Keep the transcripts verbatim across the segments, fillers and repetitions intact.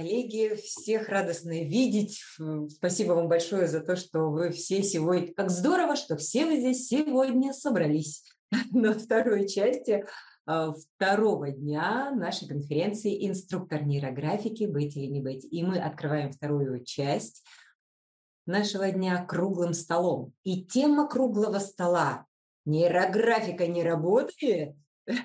коллеги, всех радостно видеть. Спасибо вам большое за то, что вы все сегодня... Как здорово, что все вы здесь сегодня собрались на второй части второго дня нашей конференции «Инструктор нейрографики. Быть или не быть». И мы открываем вторую часть нашего дня круглым столом. И тема круглого стола – нейрографика не работает.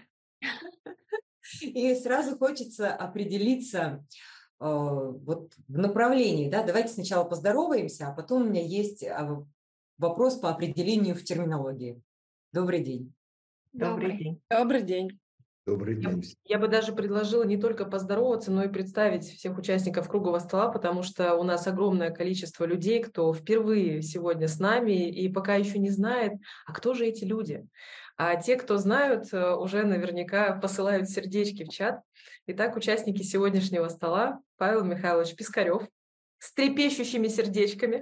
И сразу хочется определиться э, вот в направлении. Да? Давайте сначала поздороваемся, а потом у меня есть вопрос по определению в терминологии. Добрый день. Добрый день. Добрый день. Добрый день. Я, я бы даже предложила не только поздороваться, но и представить всех участников круглого стола, потому что у нас огромное количество людей, кто впервые сегодня с нами и пока еще не знает, а кто же эти люди. А те, кто знают, уже наверняка посылают сердечки в чат. Итак, участники сегодняшнего стола: Павел Михайлович Пискарев с трепещущими сердечками,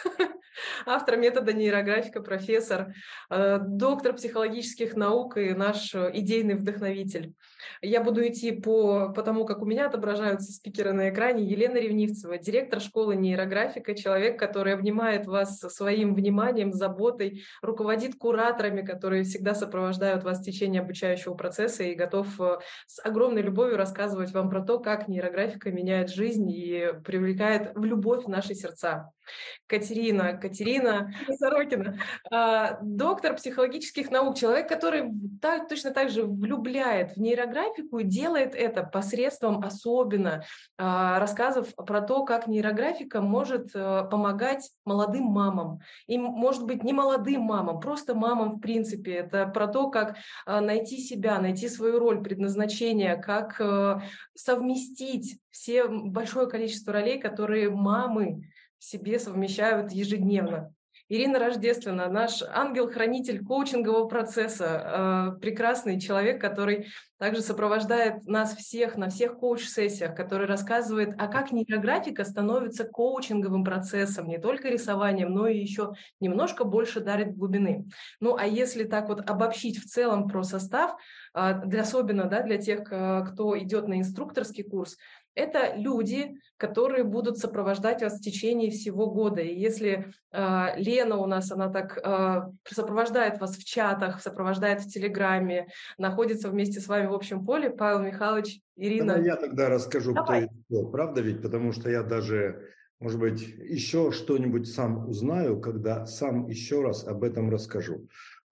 автор метода нейрографика, профессор, доктор психологических наук и наш идейный вдохновитель. Я буду идти по, по тому, как у меня отображаются спикеры на экране. Елена Ревнивцева, директор школы нейрографика, человек, который обнимает вас своим вниманием, заботой, руководит кураторами, которые всегда сопровождают вас в течение обучающего процесса и готов с огромной любовью рассказывать вам про то, как нейрографика меняет жизнь и привлекает в любовь наши сердца. Катерина, Катерина Сорокина, доктор психологических наук, человек, который так, точно так же влюбляет в нейрографику и делает это посредством особенно рассказов про то, как нейрографика может помогать молодым мамам. И, может быть, не молодым мамам, просто мамам в принципе. Это про то, как найти себя, найти свою роль, предназначение, как совместить все большое количество ролей, которые мамы в себе совмещают ежедневно. Ирина Рождественна, наш ангел-хранитель коучингового процесса, э, прекрасный человек, который также сопровождает нас всех на всех коуч-сессиях, который рассказывает, а как нейрографика становится коучинговым процессом, не только рисованием, но и еще немножко больше дарит глубины. Ну, а если так вот обобщить в целом про состав, э, для, особенно да, для тех, кто идет на инструкторский курс, это люди, которые будут сопровождать вас в течение всего года. И если э, Лена у нас, она так э, сопровождает вас в чатах, сопровождает в Телеграме, находится вместе с вами в общем поле, Павел Михайлович, Ирина. Тогда я тогда расскажу, Давай. кто и кто. Правда ведь? Потому что я даже, может быть, еще что-нибудь сам узнаю, когда сам еще раз об этом расскажу.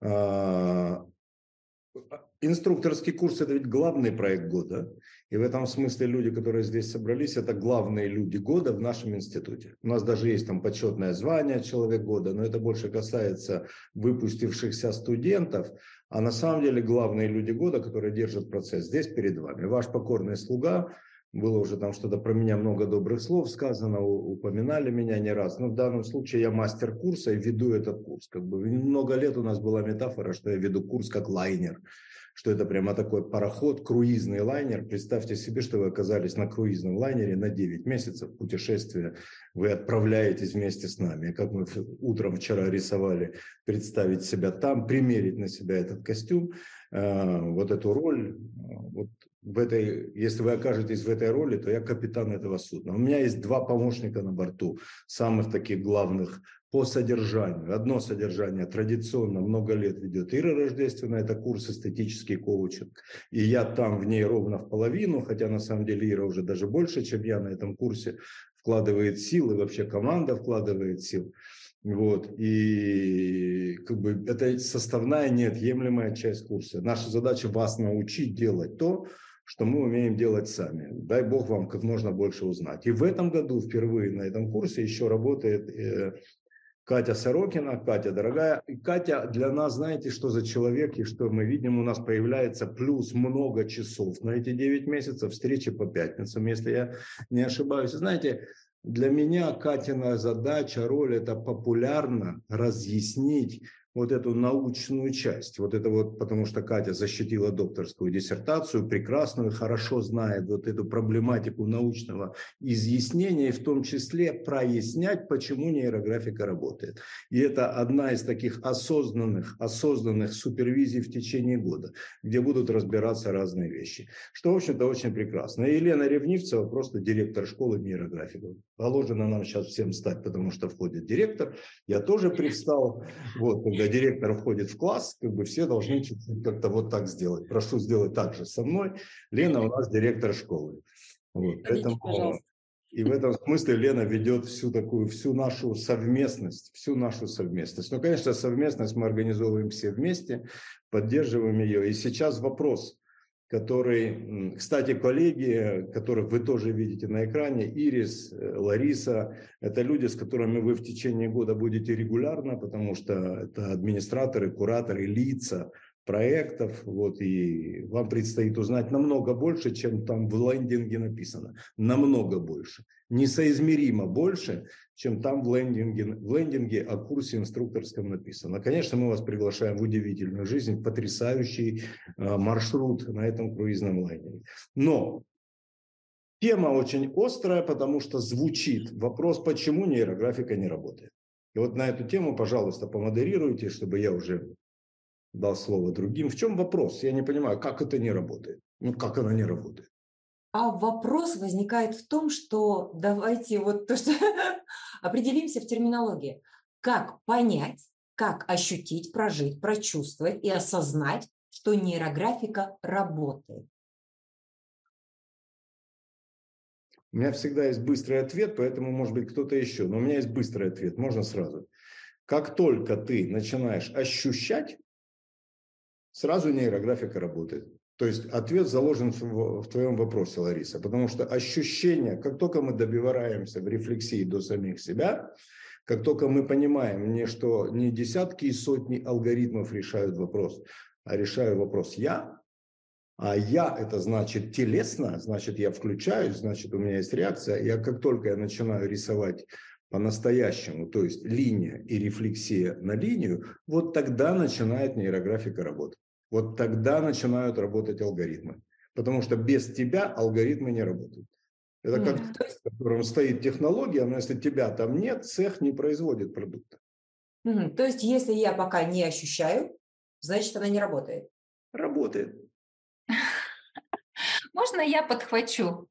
Инструкторский курс – это ведь главный проект года. И в этом смысле люди, которые здесь собрались, это главные люди года в нашем институте. У нас даже есть там почетное звание «Человек года», но это больше касается выпустившихся студентов. А на самом деле главные люди года, которые держат процесс, здесь перед вами. Ваш покорный слуга. Было уже там что-то про меня, много добрых слов сказано, упоминали меня не раз. Но в данном случае я мастер курса и веду этот курс. Как бы много лет у нас была метафора, что я веду курс как лайнер. Что это прямо такой пароход, круизный лайнер. Представьте себе, что вы оказались на круизном лайнере на девять месяцев путешествия. Вы отправляетесь вместе с нами. Как мы утром вчера рисовали, представить себя там, примерить на себя этот костюм, вот эту роль. Вот в этой, если вы окажетесь в этой роли, то я капитан этого судна. У меня есть два помощника на борту, самых таких главных по содержанию. Одно содержание традиционно много лет ведет Ира Рождественная, это курс эстетический коучинг. И я там в ней ровно в половину, хотя на самом деле Ира уже даже больше, чем я на этом курсе, вкладывает сил, и вообще команда вкладывает сил. Вот. И как бы это составная, неотъемлемая часть курса. Наша задача вас научить делать то, что мы умеем делать сами. Дай Бог вам как можно больше узнать. И в этом году впервые на этом курсе еще работает э, Катя Сорокина. Катя, дорогая. И Катя для нас, знаете, что за человек, и что мы видим, у нас появляется плюс много часов на эти девять месяцев, встречи по пятницам, если я не ошибаюсь. Знаете, для меня Катина задача, роль – это популярно разъяснить вот эту научную часть. Вот это вот, потому что Катя защитила докторскую диссертацию, прекрасную, хорошо знает вот эту проблематику научного изъяснения, и в том числе прояснять, почему нейрографика работает. И это одна из таких осознанных, осознанных супервизий в течение года, где будут разбираться разные вещи. Что, в общем-то, очень прекрасно. И Елена Ревнивцева просто директор школы нейрографиков. Положено нам сейчас всем стать, потому что входит директор. Я тоже привстал. Вот, когда директор входит в класс, как бы все должны как-то вот так сделать. Прошу сделать так же со мной. Лена у нас директор школы. Вот, поэтому... Пожалуйста. И в этом смысле Лена ведет всю такую, всю нашу совместность, всю нашу совместность. Ну, конечно, совместность мы организовываем все вместе, поддерживаем ее. И сейчас вопрос, который, кстати, коллеги, которых вы тоже видите на экране, Ирис, Лариса, это люди, с которыми вы в течение года будете регулярно, потому что это администраторы, кураторы, лица проектов, вот, и вам предстоит узнать намного больше, чем там в лендинге написано, намного больше, несоизмеримо больше, чем там в лендинге, в лендинге о курсе инструкторском написано. Конечно, мы вас приглашаем в удивительную жизнь, в потрясающий э, маршрут на этом круизном лайнере. Но тема очень острая, потому что звучит вопрос, почему нейрографика не работает. И вот на эту тему, пожалуйста, помодерируйте, чтобы я уже дал слово другим. В чем вопрос? Я не понимаю, как это не работает. Ну, как она не работает? А вопрос возникает в том, что давайте вот то, что определимся в терминологии. Как понять, как ощутить, прожить, прочувствовать и осознать, что нейрографика работает? У меня всегда есть быстрый ответ, поэтому, может быть, кто-то еще. Но у меня есть быстрый ответ, можно сразу. Как только ты начинаешь ощущать, сразу нейрографика работает. То есть ответ заложен в, в твоем вопросе, Лариса, потому что ощущение, как только мы добираемся в рефлексии до самих себя, как только мы понимаем, не, что не десятки и сотни алгоритмов решают вопрос, а решаю вопрос я, а я это значит телесно, значит я включаюсь, значит у меня есть реакция, я как только я начинаю рисовать по-настоящему, то есть линия и рефлексия на линию, вот тогда начинает нейрографика работать. Вот тогда начинают работать алгоритмы. Потому что без тебя алгоритмы не работают. Это как Mm. цех, в котором стоит технология, но если тебя там нет, цех не производит продукта. Mm. То есть если я пока не ощущаю, значит она не работает. Работает. Можно я подхвачу?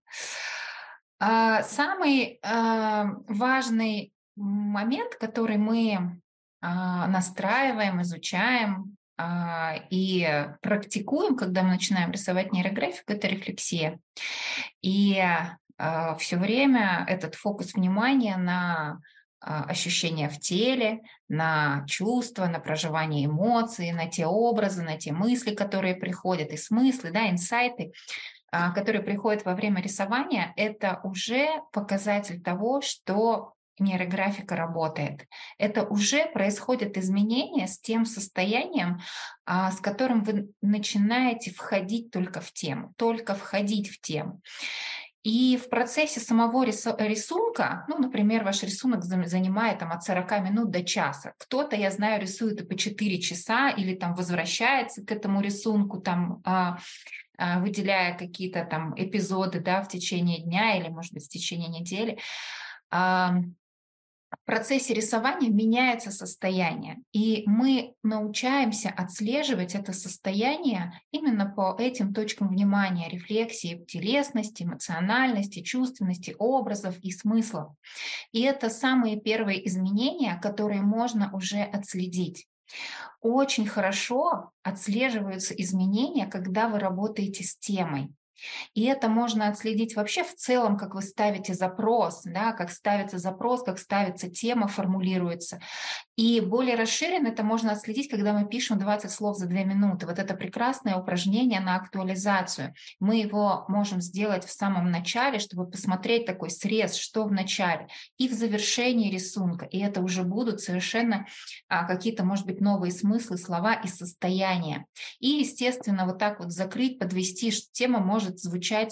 Самый важный момент, который мы настраиваем, изучаем и практикуем, когда мы начинаем рисовать нейрографику, это рефлексия. И все время этот фокус внимания на ощущения в теле, на чувства, на проживание эмоций, на те образы, на те мысли, которые приходят, и смыслы, да, инсайты, которые приходят во время рисования, это уже показатель того, что нейрографика работает. Это уже происходят изменения с тем состоянием, с которым вы начинаете входить только в тему, только входить в тему. И в процессе самого рисунка, ну, например, ваш рисунок занимает там, от сорока минут до часа. Кто-то, я знаю, рисует и по четыре часа или там возвращается к этому рисунку, там, выделяя какие-то там эпизоды, да, в течение дня или, может быть, в течение недели. В процессе рисования меняется состояние, и мы научаемся отслеживать это состояние именно по этим точкам внимания, рефлексии, телесности, эмоциональности, чувственности, образов и смыслов. И это самые первые изменения, которые можно уже отследить. Очень хорошо отслеживаются изменения, когда вы работаете с темой. И это можно отследить вообще в целом, как вы ставите запрос, да, как ставится запрос, как ставится тема, формулируется. И более расширенно это можно отследить, когда мы пишем двадцать слов за две минуты. Вот это прекрасное упражнение на актуализацию. Мы его можем сделать в самом начале, чтобы посмотреть такой срез, что в начале, и в завершении рисунка. И это уже будут совершенно а, какие-то, может быть, новые смыслы, слова и состояния. И, естественно, вот так вот закрыть, подвести, что тема может звучать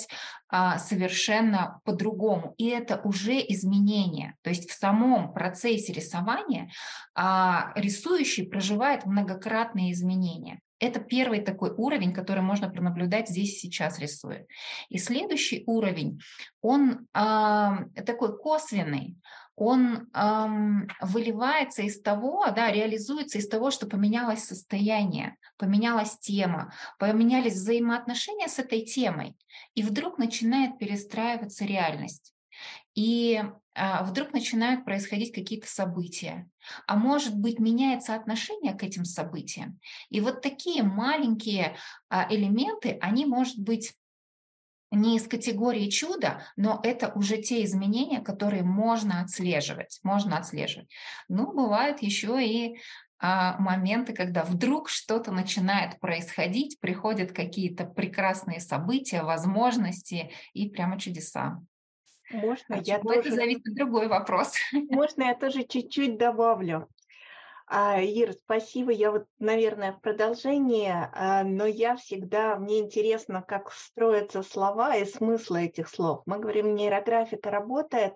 а, совершенно по-другому. И это уже изменение. То есть в самом процессе рисования а, рисующий проживает многократные изменения. Это первый такой уровень, который можно пронаблюдать здесь и сейчас рисуя. И следующий уровень, он а, такой косвенный. Он эм, выливается из того, да, реализуется из того, что поменялось состояние, поменялась тема, поменялись взаимоотношения с этой темой, и вдруг начинает перестраиваться реальность. И э, вдруг начинают происходить какие-то события. А может быть, меняется отношение к этим событиям. И вот такие маленькие э, элементы, они, может быть, не из категории чуда, но это уже те изменения, которые можно отслеживать. Можно отслеживать. Ну, бывают еще и а, моменты, когда вдруг что-то начинает происходить, приходят какие-то прекрасные события, возможности и прямо чудеса. Можно От я чего тоже... это зависит, другой вопрос. Можно я тоже чуть-чуть добавлю? А, Ир, спасибо. Я вот, наверное, в продолжение, а, но я всегда, мне интересно, как строятся слова и смыслы этих слов. Мы говорим, нейрографика работает,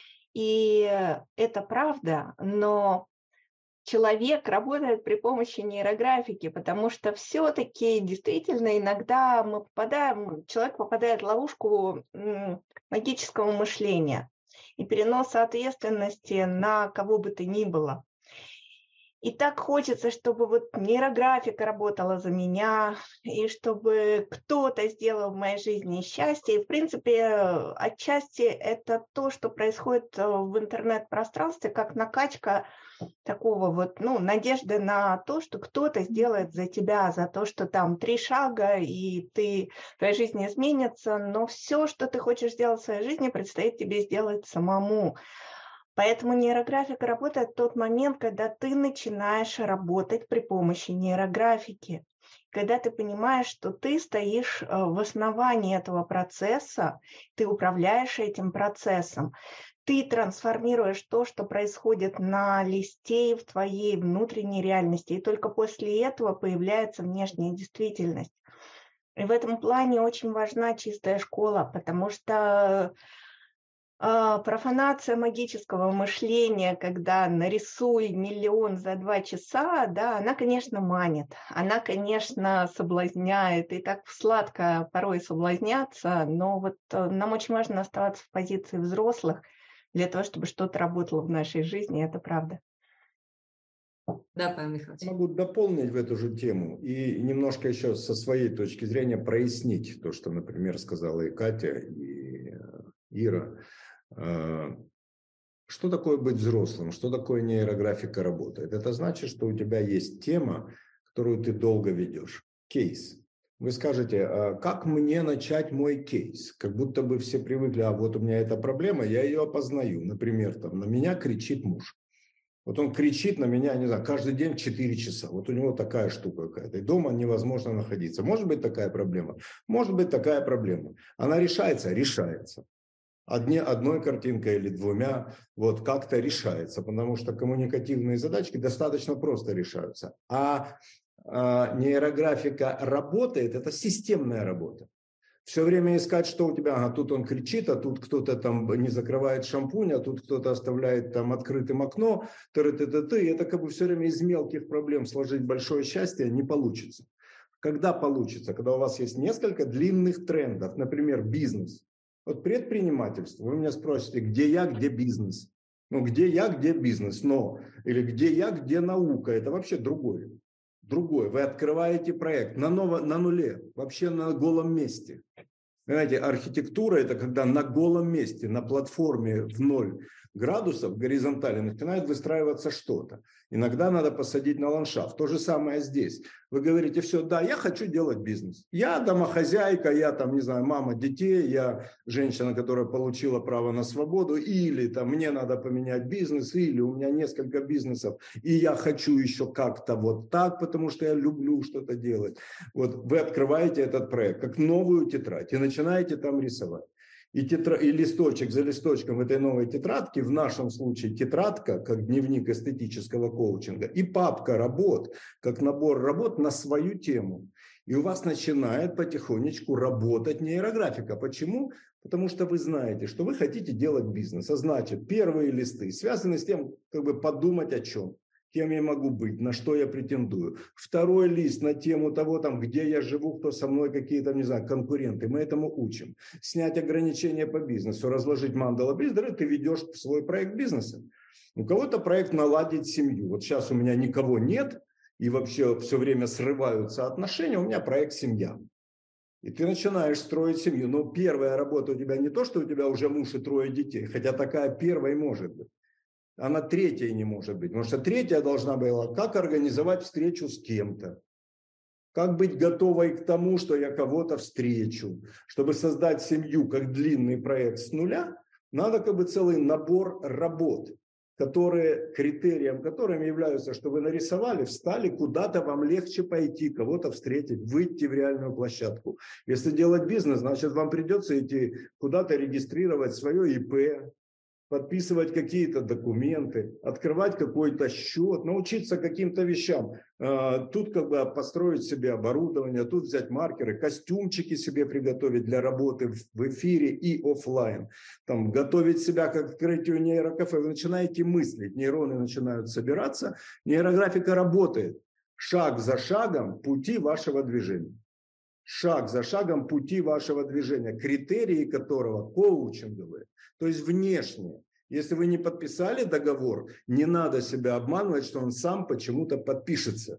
и это правда, но человек работает при помощи нейрографики, потому что все-таки действительно иногда мы попадаем, человек попадает в ловушку м, магического мышления и переноса ответственности на кого бы то ни было. И так хочется, чтобы вот нейрографика работала за меня, и чтобы кто-то сделал в моей жизни счастье. И, в принципе, отчасти это то, что происходит в интернет-пространстве, как накачка такого вот, ну, надежды на то, что кто-то сделает за тебя, за то, что там три шага, и ты, твоя жизнь изменится, но все, что ты хочешь сделать в своей жизни, предстоит тебе сделать самому. Поэтому нейрографика работает в тот момент, когда ты начинаешь работать при помощи нейрографики, когда ты понимаешь, что ты стоишь в основании этого процесса, ты управляешь этим процессом, ты трансформируешь то, что происходит на листе в твоей внутренней реальности, и только после этого появляется внешняя действительность. И в этом плане очень важна чистая школа, потому что профанация магического мышления, когда нарисуй миллион за два часа, да, она, конечно, манит, она, конечно, соблазняет, и так сладко порой соблазняться, но вот нам очень важно оставаться в позиции взрослых для того, чтобы что-то работало в нашей жизни, это правда. Да, Павел Михайлович. Могу дополнить в эту же тему и немножко еще со своей точки зрения прояснить то, что, например, сказала и Катя, и Ира. Что такое быть взрослым? Что такое нейрографика работает? Это значит, что у тебя есть тема, которую ты долго ведешь. Кейс. Вы скажете, как мне начать мой кейс? Как будто бы все привыкли, а вот у меня эта проблема, я ее опознаю. Например, там, на меня кричит муж. Вот он кричит на меня, не знаю, каждый день в четыре часа. Вот у него такая штука какая-то. И дома невозможно находиться. Может быть такая проблема? Может быть такая проблема. Она решается? Решается. Одни, одной картинкой или двумя, вот как-то решается, потому что коммуникативные задачки достаточно просто решаются. А, а нейрографика работает, это системная работа. Все время искать, что у тебя, ага, тут он кричит, а тут кто-то там не закрывает шампунь, а тут кто-то оставляет там открытым окно, ты-ты-ты-ты, это как бы все время из мелких проблем сложить большое счастье не получится. Когда получится? Когда у вас есть несколько длинных трендов, например, бизнес. Вот предпринимательство, вы меня спросите, где я, где бизнес? Ну, где я, где бизнес? Но, или где я, где наука? Это вообще другое. Другое. Вы открываете проект на, ново, на нуле, вообще на голом месте. Понимаете, архитектура – это когда на голом месте, на платформе в ноль градусов горизонтально начинает выстраиваться что-то. Иногда надо посадить на ландшафт. То же самое здесь. Вы говорите, все, да, я хочу делать бизнес. Я домохозяйка, я там, не знаю, мама детей, я женщина, которая получила право на свободу, или там мне надо поменять бизнес, или у меня несколько бизнесов, и я хочу еще как-то вот так, потому что я люблю что-то делать. Вот вы открываете этот проект как новую тетрадь и начинаете там рисовать. И, тетра... и листочек за листочком этой новой тетрадки, в нашем случае тетрадка, как дневник эстетического коучинга, и папка работ, как набор работ на свою тему. И у вас начинает потихонечку работать нейрографика. Почему? Потому что вы знаете, что вы хотите делать бизнес. А значит, первые листы связаны с тем, как бы подумать о чем. Кем я могу быть, на что я претендую. Второй лист на тему того, там, где я живу, кто со мной, какие там, не знаю, конкуренты. Мы этому учим. Снять ограничения по бизнесу, разложить мандала бизнеса, ты ведешь свой проект бизнеса. У кого-то проект наладить семью. Вот сейчас у меня никого нет, и вообще все время срываются отношения, у меня проект «Семья». И ты начинаешь строить семью. Но первая работа у тебя не то, что у тебя уже муж и трое детей, хотя такая первой может быть. Она третьей не может быть, потому что третья должна была, как организовать встречу с кем-то, как быть готовой к тому, что я кого-то встречу. Чтобы создать семью как длинный проект с нуля, надо как бы целый набор работ, которые, критерием которым являются, что вы нарисовали, встали, куда-то вам легче пойти, кого-то встретить, выйти в реальную площадку. Если делать бизнес, значит, вам придется идти куда-то регистрировать свое ИП, подписывать какие-то документы, открывать какой-то счет, научиться каким-то вещам. Тут как бы построить себе оборудование, тут взять маркеры, костюмчики себе приготовить для работы в эфире и офлайн. Там, готовить себя к открытию нейрокафе. Вы начинаете мыслить, нейроны начинают собираться, нейрографика работает. Шаг за шагом пути вашего движения. Шаг за шагом пути вашего движения, критерии которого коучинговые, то есть внешние. Если вы не подписали договор, не надо себя обманывать, что он сам почему-то подпишется.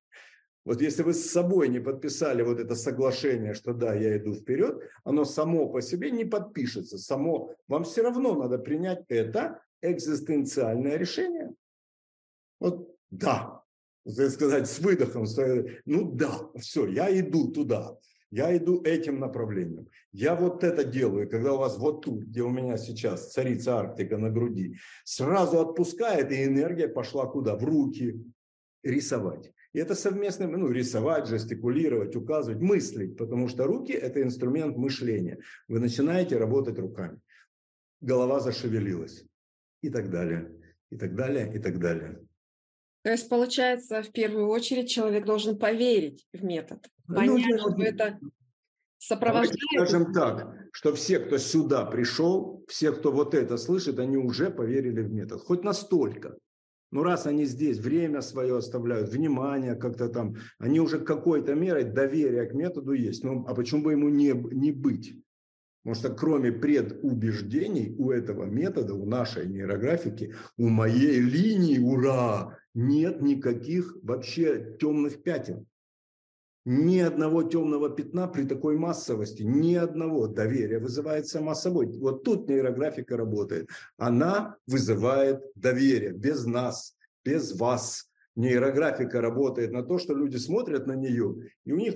Вот если вы с собой не подписали вот это соглашение, что да, я иду вперед, оно само по себе не подпишется. Само, вам все равно надо принять это экзистенциальное решение. Вот да. Сказать с выдохом, ну да, все, я иду туда, я иду этим направлением, я вот это делаю, когда у вас вот тут, где у меня сейчас царица Арктика на груди, сразу отпускает, и энергия пошла куда? В руки рисовать. И это совместно, ну, рисовать, жестикулировать, указывать, мыслить, потому что руки – это инструмент мышления. Вы начинаете работать руками, голова зашевелилась и так далее, и так далее, и так далее. То есть, получается, в первую очередь человек должен поверить в метод, понять, ну, что это сопровождает. Скажем так, что все, кто сюда пришел, все, кто вот это слышит, они уже поверили в метод. Хоть настолько. Ну, раз они здесь время свое оставляют, внимание как-то там, они уже какой-то мерой доверия к методу есть. Ну, а почему бы ему не, не быть? Потому что кроме предубеждений у этого метода, у нашей нейрографики, у моей линии, ура, нет никаких вообще темных пятен. Ни одного темного пятна при такой массовости, ни одного. Доверие вызывает сама собой. Вот тут нейрографика работает. Она вызывает доверие. Без нас, без вас. Нейрографика работает на то, что люди смотрят на нее, и у них...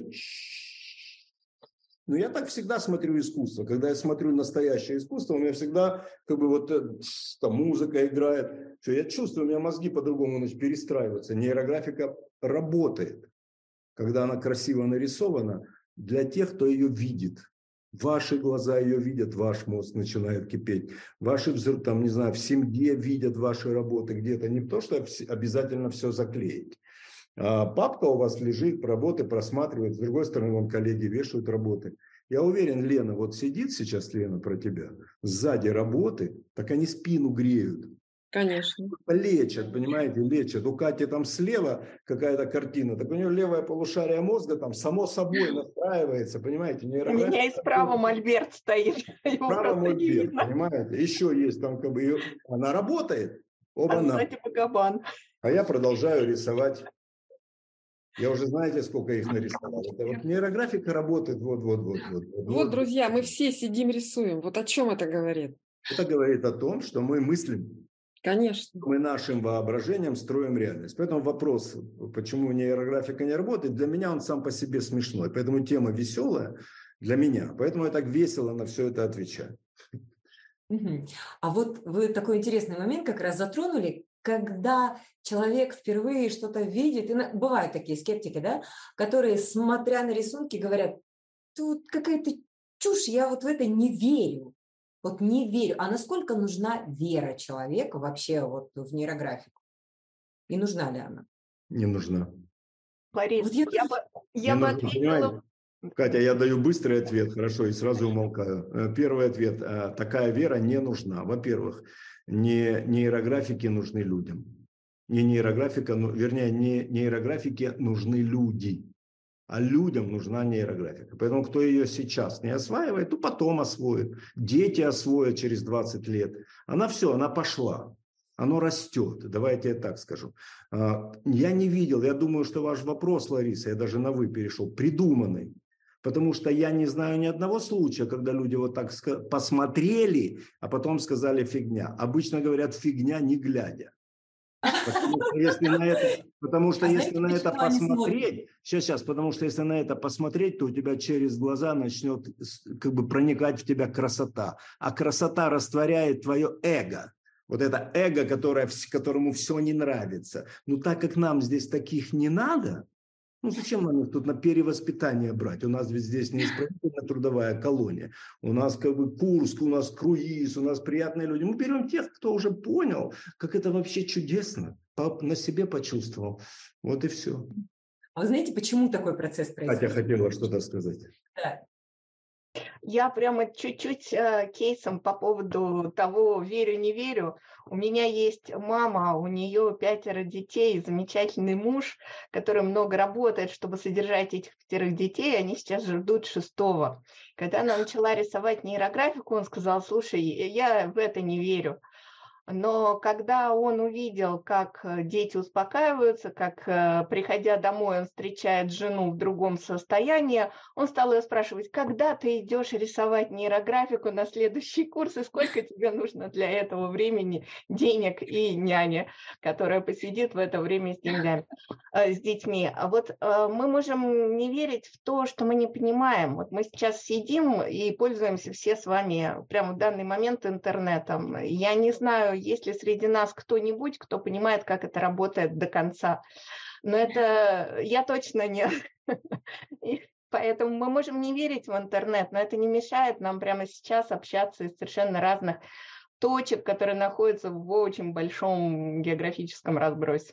Но я так всегда смотрю искусство. Когда я смотрю настоящее искусство, у меня всегда как бы вот там музыка играет. Все, я чувствую, у меня мозги по-другому значит, перестраиваются. Нейрографика работает. Когда она красиво нарисована, для тех, кто ее видит. Ваши глаза ее видят, ваш мозг начинает кипеть. Ваши, там, не знаю, в семье видят ваши работы где-то. Не то, что обязательно все заклеить. А папка у вас лежит, работы просматривает, с другой стороны, вон коллеги вешают работы. Я уверен, Лена, вот сидит сейчас Лена про тебя, сзади работы, так они спину греют. Конечно. Лечат, понимаете, лечат. У Кати там слева какая-то картина, так у нее левое полушарие мозга там само собой настраивается, понимаете. У меня и справа мольберт стоит. Справа мольберт, понимаете. Еще есть там как бы, она работает. Оба а сзади Багабан. А я продолжаю рисовать. Я уже знаете, сколько их нарисовал. Это вот нейрографика работает. Вот, вот, вот, вот, вот. Вот, друзья, мы все сидим, рисуем. Вот о чем это говорит? Это говорит о том, что мы мыслим. Конечно. Мы нашим воображением строим реальность. Поэтому вопрос, почему нейрографика не работает, для меня он сам по себе смешной. Поэтому тема веселая для меня. Поэтому я так весело на все это отвечаю. А вот вы такой интересный момент как раз затронули, когда человек впервые что-то видит, и бывают такие скептики, да, которые, смотря на рисунки, говорят, тут какая-то чушь, я вот в это не верю. Вот не верю. А насколько нужна вера человека вообще вот в нейрографику? И нужна ли она? Не нужна. Борис, Вот я я тоже- бы, я Не бы нужна, понимаете? ответила... Катя, я даю быстрый ответ, хорошо, и сразу умолкаю. Э, Первый ответ. э, Такая вера не нужна. Во-первых, не нейрографики нужны людям. Не нейрографика, ну, вернее, не нейрографике нужны люди, а людям нужна нейрографика. Поэтому кто ее сейчас не осваивает, то потом освоит. Дети освоят через двадцать лет. Она все, она пошла. Оно растет, давайте я так скажу. А, Я не видел, я думаю, что ваш вопрос, Лариса, я даже на «вы» перешел, придуманный. Потому что я не знаю ни одного случая, когда люди вот так ска- посмотрели, а потом сказали фигня. Обычно говорят фигня, не глядя. Потому что если на это, потому что А если знаете, на это почему они смотрят? посмотреть, сейчас, сейчас, потому что если на это посмотреть, то у тебя через глаза начнет с- как бы проникать в тебя красота. А красота растворяет твое эго. Вот это эго, которое, вс- которому все не нравится. Ну, так как нам здесь таких не надо, ну, зачем нам их тут на перевоспитание брать? У нас ведь здесь не исправительная трудовая колония. У нас как бы Курск, у нас круиз, у нас приятные люди. Мы берем тех, кто уже понял, как это вообще чудесно. По- На себе почувствовал. Вот и все. А вы знаете, почему такой процесс Катя происходит? хотела что-то сказать. Да. Я прямо чуть-чуть э, кейсом по поводу того, верю, не верю. У меня есть мама, у нее пятеро детей, замечательный муж, который много работает, чтобы содержать этих пятерых детей. Они сейчас ждут шестого. Когда она начала рисовать нейрографику, он сказал: слушай, я в это не верю. Но когда он увидел, как э, дети успокаиваются, как, э, приходя домой, он встречает жену в другом состоянии, он стал ее спрашивать: когда ты идешь рисовать нейрографику на следующий курс, и сколько тебе нужно для этого времени, денег и няни, которая посидит в это время с деньгами, э, с детьми. А вот э, мы можем не верить в то, что мы не понимаем. Вот мы сейчас сидим и пользуемся все с вами прямо в данный момент интернетом. Я не знаю, есть ли среди нас кто-нибудь, кто понимает, как это работает до конца. Но это я точно нет. И поэтому мы можем не верить в интернет, но это не мешает нам прямо сейчас общаться из совершенно разных точек, которые находятся в очень большом географическом разбросе.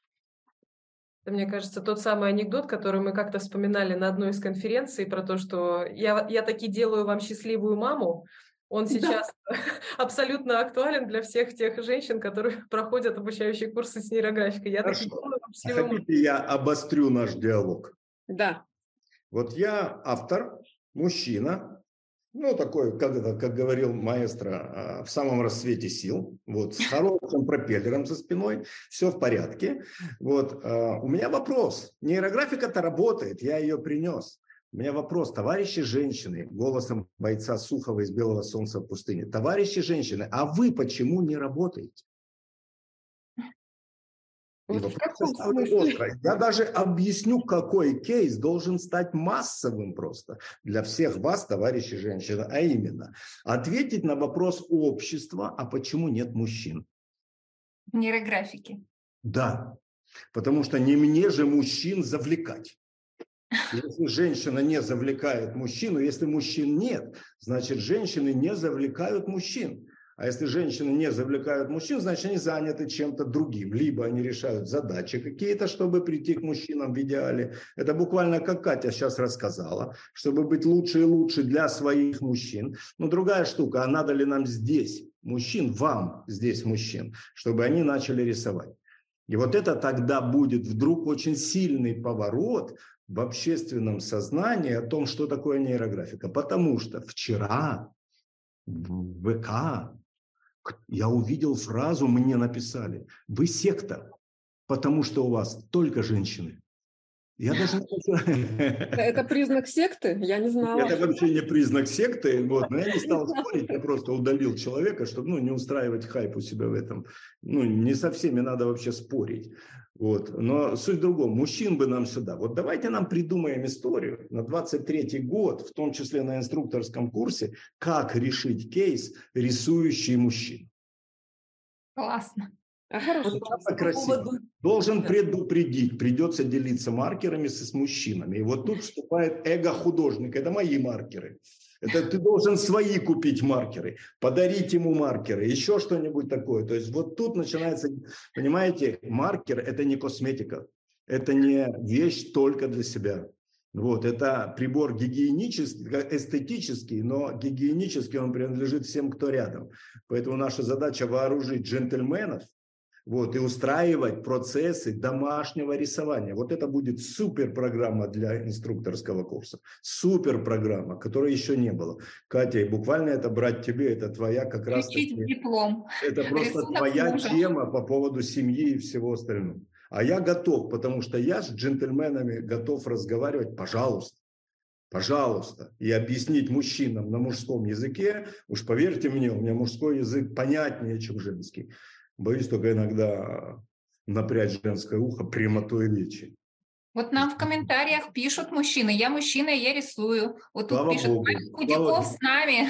Это, мне кажется, тот самый анекдот, который мы как-то вспоминали на одной из конференций про то, что я, я таки делаю вам счастливую маму. Он сейчас да. абсолютно актуален для всех тех женщин, которые проходят обучающие курсы с нейрографикой. Я таки делаю вам счастливую маму. Хотите, я обострю наш диалог? Да. Вот я автор, мужчина, ну, такой, как, это, как говорил маэстро, в самом расцвете сил, вот, с хорошим пропеллером за спиной, все в порядке. Вот, у меня вопрос. Нейрографика-то работает, я ее принес. У меня вопрос, товарищи женщины, голосом бойца Сухова из «Белого солнца в пустыне», товарищи женщины, а вы почему не работаете? И Вот вопрос остро. Я даже объясню, какой кейс должен стать массовым просто для всех вас, товарищи женщины, а именно ответить на вопрос общества, а почему нет мужчин? В нейрографике. Да, потому что не мне же мужчин завлекать. Если женщина не завлекает мужчину, если мужчин нет, значит, женщины не завлекают мужчин. А если женщины не завлекают мужчин, значит, они заняты чем-то другим. Либо они решают задачи какие-то, чтобы прийти к мужчинам в идеале. Это буквально как Катя сейчас рассказала, чтобы быть лучше и лучше для своих мужчин. Но другая штука, а надо ли нам здесь мужчин, вам здесь мужчин, чтобы они начали рисовать. И вот это тогда будет вдруг очень сильный поворот в общественном сознании о том, что такое нейрографика. Потому что вчера в ВК я увидел фразу, мне написали: вы секта, потому что у вас только женщины. Я даже не... Это признак секты? Я не знала. Это вообще не признак секты, вот, но я не стал спорить, я просто удалил человека, чтобы, ну, не устраивать хайп у себя в этом. Ну, не со всеми надо вообще спорить. Вот. Но суть в другом, мужчин бы нам сюда. Вот давайте нам придумаем историю на двадцать третий год, в том числе на инструкторском курсе, как решить кейс рисующий мужчин. Классно. А хороший Вот час. это красиво. поводу- Должен Да. предупредить, придется делиться маркерами с, с мужчинами. И вот тут вступает эго художника. Это мои маркеры. Это ты должен свои купить маркеры, подарить ему маркеры, еще что-нибудь такое. То есть вот тут начинается, понимаете, маркер – это не косметика, это не вещь только для себя. Вот, это прибор гигиенический, эстетический, но гигиенически он принадлежит всем, кто рядом. Поэтому наша задача вооружить джентльменов, вот, и устраивать процессы домашнего рисования. Вот это будет супер программа для инструкторского курса. Супер программа, которой еще не было. Катя, и буквально это брать тебе, это твоя как раз Включить в таки, диплом. это просто Рисунок твоя мужа. тема по поводу семьи и всего остального. А я готов, потому что я с джентльменами готов разговаривать, пожалуйста. Пожалуйста, и объяснить мужчинам на мужском языке, уж поверьте мне, у меня мужской язык понятнее, чем женский. Боюсь только иногда напрячь женское ухо прямотой речи. Вот нам в комментариях пишут мужчины. Я мужчина, я рисую. Вот тут Слава пишет Богу, Павел слава Худяков Богу. с нами.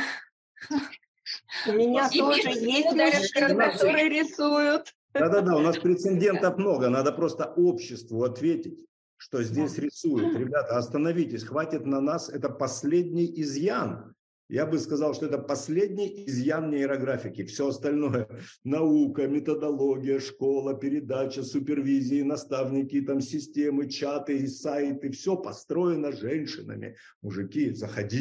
У меня И тоже пишут, есть что даже мужчины, карандаши. которые рисуют. Да-да-да, у нас прецедентов много, надо просто обществу ответить, что здесь рисуют. Ребята, остановитесь, хватит на нас, это последний изъян. Я бы сказал, что это последний изъян нейрографики. Все остальное – наука, методология, школа, передача, супервизии, наставники, там, системы, чаты, сайты – все построено женщинами. Мужики,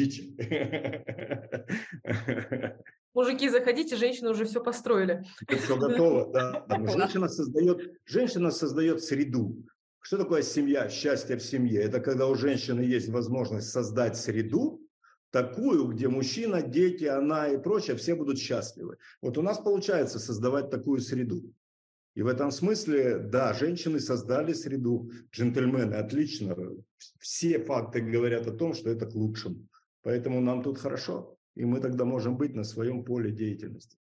заходите. Мужики, заходите, женщины уже все построили. Все готово, да. Женщина создает, женщина создает среду. Что такое семья, счастье в семье? Это когда у женщины есть возможность создать среду, такую, где мужчина, дети, она и прочее, все будут счастливы. Вот у нас получается создавать такую среду. И в этом смысле, да, женщины создали среду, джентльмены, отлично. Все факты говорят о том, что это к лучшему. Поэтому нам тут хорошо, и мы тогда можем быть на своем поле деятельности.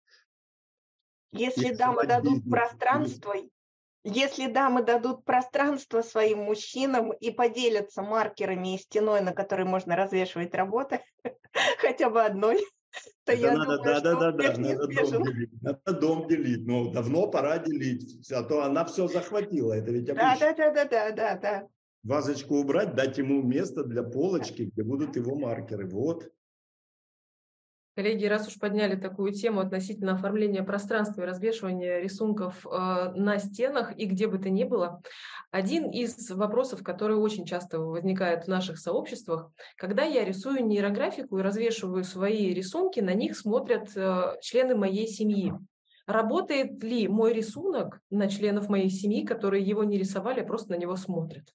Если И дамы создать дадут бизнес. пространство, если дамы дадут пространство своим мужчинам и поделятся маркерами и стеной, на которой можно развешивать работы, хотя бы одной, то Это я надо, думаю, да, что да, да, успех да, надо неизбежен. дом делить. Надо дом делить. Ну, давно пора делить. А то она все захватила. Это ведь Да, обычно. да, да, да, да, да, да. Вазочку убрать, дать ему место для полочки, где будут его маркеры. Вот. Коллеги, раз уж подняли такую тему относительно оформления пространства и развешивания рисунков э, на стенах и где бы то ни было, один из вопросов, который очень часто возникает в наших сообществах, когда я рисую нейрографику и развешиваю свои рисунки, на них смотрят э, члены моей семьи. Работает ли мой рисунок на членов моей семьи, которые его не рисовали, а просто на него смотрят?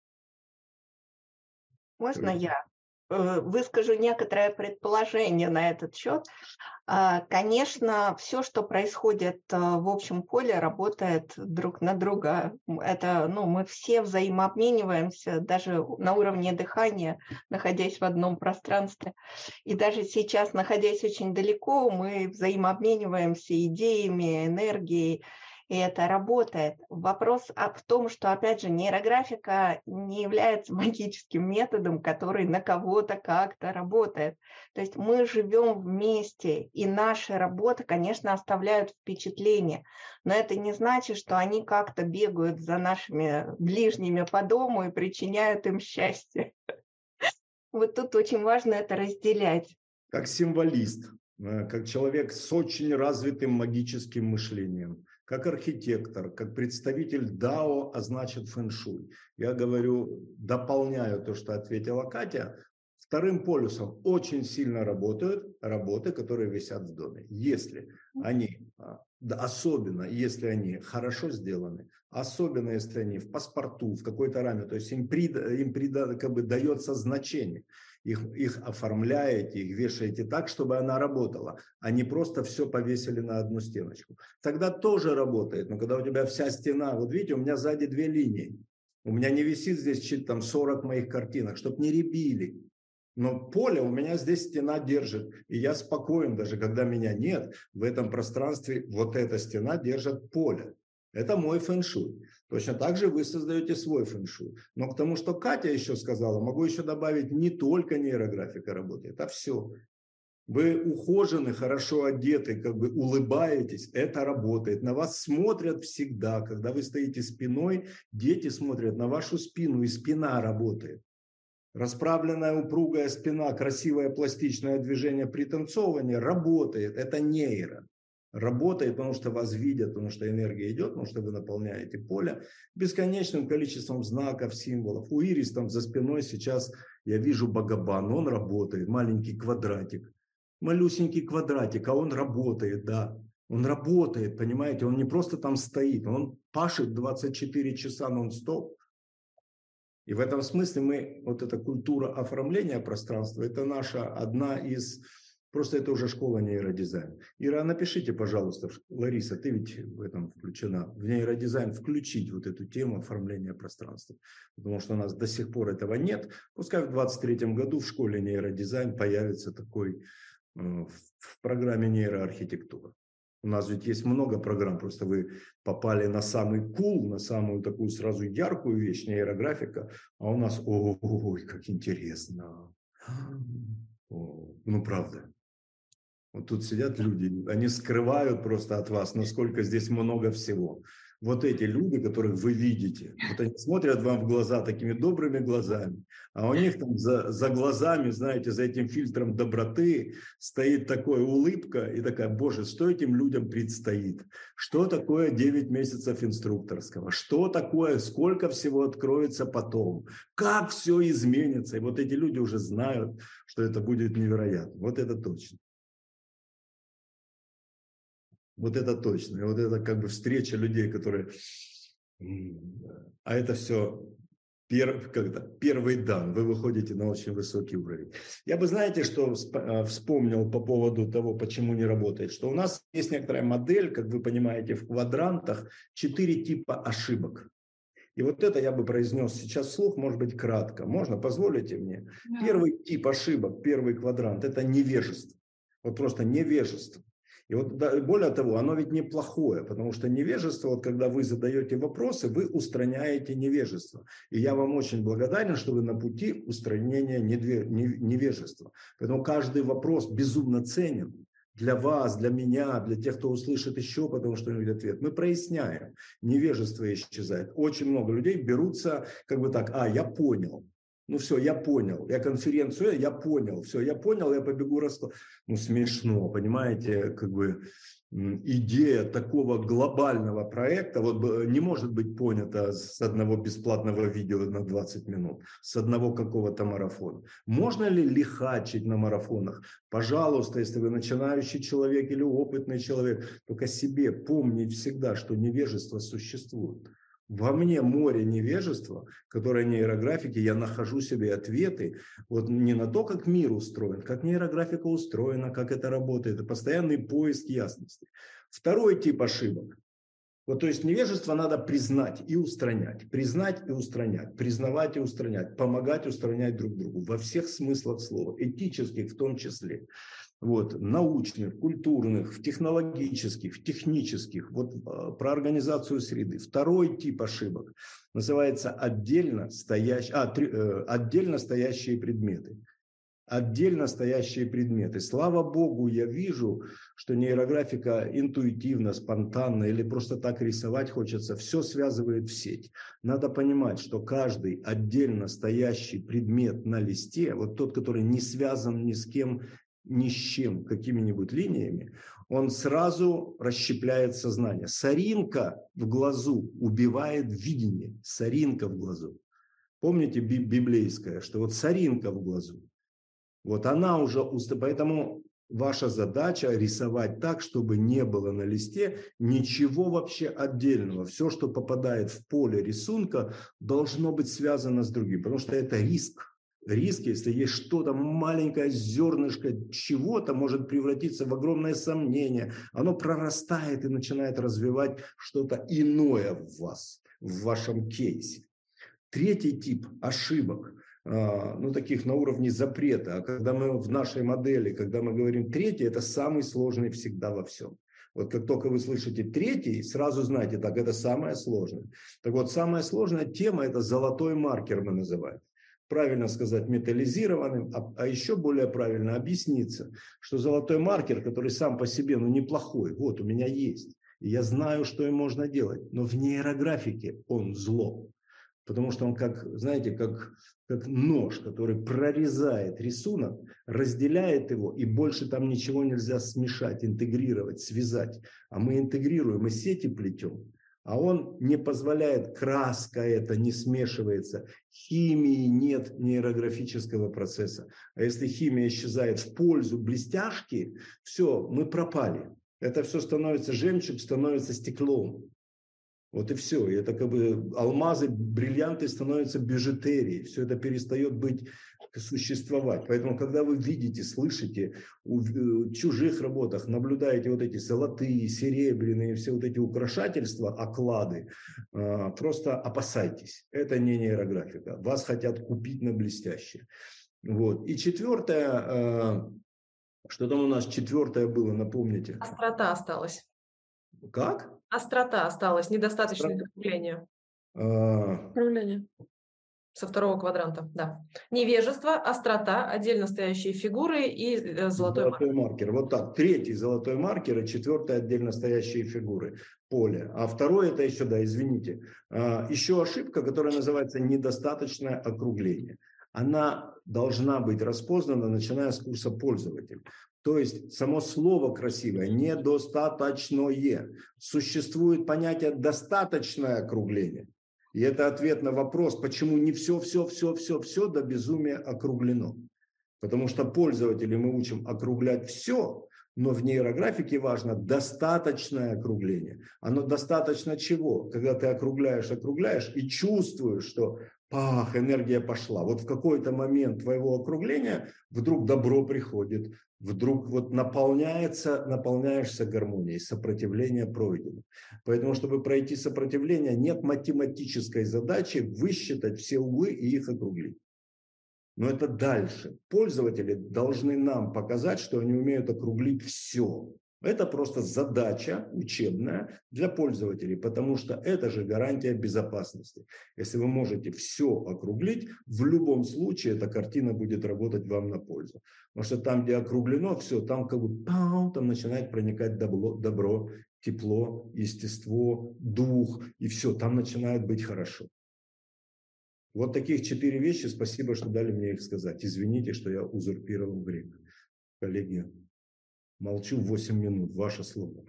Можно я э, выскажу некоторое предположение на этот счет? А, Конечно, все, что происходит э, в общем поле, работает друг на друга. Это, ну, мы все взаимообмениваемся, даже на уровне дыхания, находясь в одном пространстве. И даже сейчас, находясь очень далеко, мы взаимообмениваемся идеями, энергией. И это работает. Вопрос в том, что, опять же, нейрографика не является магическим методом, который на кого-то как-то работает. То есть мы живем вместе, и наши работы, конечно, оставляют впечатление. Но это не значит, что они как-то бегают за нашими ближними по дому и причиняют им счастье. Вот тут очень важно это разделять. Как символист, как человек с очень развитым магическим мышлением, как архитектор, как представитель дао, а значит фэн-шуй. Я говорю, дополняю то, что ответила Катя. Вторым полюсом очень сильно работают работы, которые висят в доме. Если они, особенно если они хорошо сделаны, особенно если они в паспорту, в какой-то раме, то есть им, прид, им прид, как бы дается значение. Их, их оформляете, их вешаете так, чтобы она работала, а не просто все повесили на одну стеночку. Тогда тоже работает, но когда у тебя вся стена, вот видите, у меня сзади две линии, у меня не висит здесь чуть там сорок моих картинок, чтобы не рябили. Но поле у меня здесь стена держит, и я спокоен, даже когда меня нет, в этом пространстве вот эта стена держит поле. Это мой фэн-шуй. Точно так же вы создаете свой фэн-шуй. Но к тому, что Катя еще сказала, могу еще добавить, не только нейрографика работает, а все. Вы ухожены, хорошо одеты, как бы улыбаетесь, это работает. На вас смотрят всегда. Когда вы стоите спиной, дети смотрят на вашу спину, и спина работает. Расправленная упругая спина, красивое пластичное движение пританцовывания работает. Это нейро. Работает, потому что вас видят, потому что энергия идет, потому что вы наполняете поле бесконечным количеством знаков, символов. У Ирис там за спиной сейчас я вижу Бхагаван, он работает, маленький квадратик. Малюсенький квадратик, а он работает, да. Он работает, понимаете, он не просто там стоит, он пашет двадцать четыре часа нон-стоп. И в этом смысле мы, вот эта культура оформления пространства, это наша одна из, просто это уже школа нейродизайна. Ира, напишите, пожалуйста, Лариса, ты ведь в этом включена, в нейродизайн включить вот эту тему оформления пространства. Потому что у нас до сих пор этого нет. Пускай в двадцать третьем году в школе нейродизайн появится такой в программе нейроархитектура. У нас ведь есть много программ, просто вы попали на самый кул, на самую такую сразу яркую вещь, нейрографика, а у нас, ой, как интересно. О, ну, правда. Вот тут сидят люди, они скрывают просто от вас, насколько здесь много всего. Вот эти люди, которых вы видите, вот они смотрят вам в глаза такими добрыми глазами, а у них там за, за глазами, знаете, за этим фильтром доброты стоит такая улыбка и такая, боже, что этим людям предстоит? Что такое девять месяцев инструкторского? Что такое, сколько всего откроется потом? Как все изменится? И вот эти люди уже знают, что это будет невероятно. Вот это точно. Вот это точно. И вот это как бы встреча людей, которые... А это все пер... когда? Первый дан. Вы выходите на очень высокий уровень. Я бы, знаете, что вспомнил по поводу того, почему не работает? Что у нас есть некоторая модель, как вы понимаете, в квадрантах четыре типа ошибок. И вот это я бы произнес сейчас вслух, может быть, кратко. Можно? Позволите мне? Да. Первый тип ошибок, первый квадрант – это невежество. Вот просто невежество. И вот да, более того, оно ведь неплохое, потому что невежество, вот когда вы задаете вопросы, вы устраняете невежество. И я вам очень благодарен, что вы на пути устранения невежества. Поэтому каждый вопрос безумно ценен для вас, для меня, для тех, кто услышит еще, потому что увидит ответ. Мы проясняем, невежество исчезает. Очень много людей берутся как бы так, а, я понял. Ну все, я понял, я конференцию, я понял, все, я понял, я побегу рассказать. Ну смешно, понимаете, как бы идея такого глобального проекта вот не может быть понята с одного бесплатного видео на двадцать минут, с одного какого-то марафона. Можно ли лихачить на марафонах? Пожалуйста, если вы начинающий человек или опытный человек, только себе помнить всегда, что невежество существует. Во мне море невежества, которое нейрографики, я нахожу себе ответы вот не на то, как мир устроен, как нейрографика устроена, как это работает, это постоянный поиск ясности. Второй тип ошибок. Вот, то есть невежество надо признать и устранять, признать и устранять, признавать и устранять, помогать устранять друг другу во всех смыслах слова, этических в том числе. Вот, научных, культурных, в технологических, в технических, вот про организацию среды. Второй тип ошибок называется отдельно стоящие, а, три, э, отдельно стоящие предметы. Отдельно стоящие предметы. Слава Богу, я вижу, что нейрографика интуитивно, спонтанно или просто так рисовать хочется, все связывает в сеть. Надо понимать, что каждый отдельно стоящий предмет на листе, вот тот, который не связан ни с кем, ни с чем, какими-нибудь линиями, он сразу расщепляет сознание. Соринка в глазу убивает видение. Соринка в глазу. Помните библейское, что вот соринка в глазу. Вот она уже устала. Поэтому ваша задача рисовать так, чтобы не было на листе ничего вообще отдельного. Все, что попадает в поле рисунка, должно быть связано с другим. Потому что это риск. Риск, если есть что-то маленькое зернышко чего-то, может превратиться в огромное сомнение. Оно прорастает и начинает развивать что-то иное в вас, в вашем кейсе. Третий тип ошибок, ну таких на уровне запрета. А когда мы в нашей модели, когда мы говорим третий, это самый сложный всегда во всем. Вот как только вы слышите третий, сразу знаете, так, это самое сложное. Так вот, самая сложная тема, это золотой маркер мы называем. В правильно сказать, металлизированным, а, а еще более правильно объясниться, что золотой маркер, который сам по себе, ну, неплохой, вот у меня есть, и я знаю, что им можно делать, но в нейрографике он зло. Потому что он как, знаете, как, как нож, который прорезает рисунок, разделяет его, и больше там ничего нельзя смешать, интегрировать, связать. А мы интегрируем, мы сети плетем, а он не позволяет, краска это не смешивается, химии нет нейрографического процесса. А если химия исчезает в пользу блестяшки, все, мы пропали. Это все становится, жемчуг становится стеклом. Вот и все. И это как бы алмазы, бриллианты становятся бижутерией. Все это перестает быть, существовать. Поэтому, когда вы видите, слышите в чужих работах, наблюдаете вот эти золотые, серебряные, все вот эти украшательства, оклады, просто опасайтесь. Это не нейрографика. Вас хотят купить на блестящее. Вот. И четвертое, что там у нас четвертое было, напомните? Острота осталась. Как? Острота осталась, недостаточное закругление. Закругление. Со второго квадранта, да. Невежество, острота, отдельно стоящие фигуры и э, золотой, золотой маркер. маркер. Вот так. Третий золотой маркер и четвертый отдельно стоящие фигуры. Поле. А второй это еще, да, извините, еще ошибка, которая называется недостаточное округление. Она должна быть распознана, начиная с курса пользователя. То есть само слово красивое, недостаточное. Существует понятие достаточное округление. И это ответ на вопрос, почему не все, все, все, все, все до безумия округлено. Потому что пользователей мы учим округлять все, но в нейрографике важно достаточное округление. Оно достаточно чего? Когда ты округляешь, округляешь и чувствуешь, что пах, энергия пошла. Вот в какой-то момент твоего округления вдруг добро приходит, вдруг вот наполняется, наполняешься гармонией, сопротивление пройдено. Поэтому, чтобы пройти сопротивление, нет математической задачи высчитать все углы и их округлить. Но это дальше. Пользователи должны нам показать, что они умеют округлить все. Это просто задача учебная для пользователей, потому что это же гарантия безопасности. Если вы можете все округлить, в любом случае эта картина будет работать вам на пользу. Потому что там, где округлено все, там как бы там начинает проникать добро, добро, тепло, естество, дух, и все, там начинает быть хорошо. Вот таких четыре вещи. Спасибо, что дали мне их сказать. Извините, что я узурпировал время. Коллеги, молчу восемь минут. Ваше слово.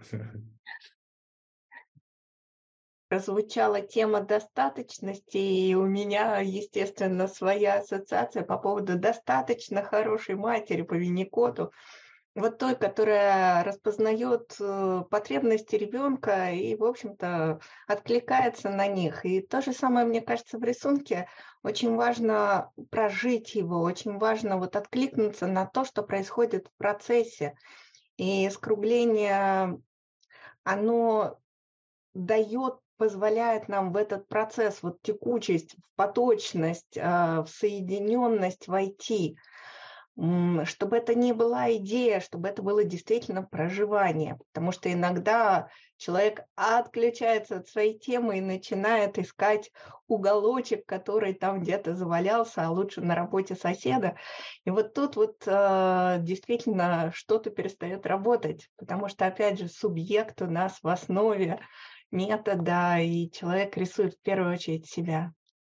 Прозвучала тема достаточности, и у меня, естественно, своя ассоциация по поводу достаточно хорошей матери по Винникоту. Вот той, которая распознает потребности ребенка и, в общем-то, откликается на них. И то же самое, мне кажется, в рисунке. Очень важно прожить его, очень важно вот откликнуться на то, что происходит в процессе. И скругление, оно дает, позволяет нам в этот процесс, вот текучесть, в поточность, в соединенность войти. Чтобы это не была идея, чтобы это было действительно проживание. Потому что иногда человек отключается от своей темы и начинает искать уголочек, который там где-то завалялся, а лучше на работе соседа. И вот тут вот э, действительно что-то перестает работать. Потому что, опять же, субъект у нас в основе метода, и человек рисует в первую очередь себя.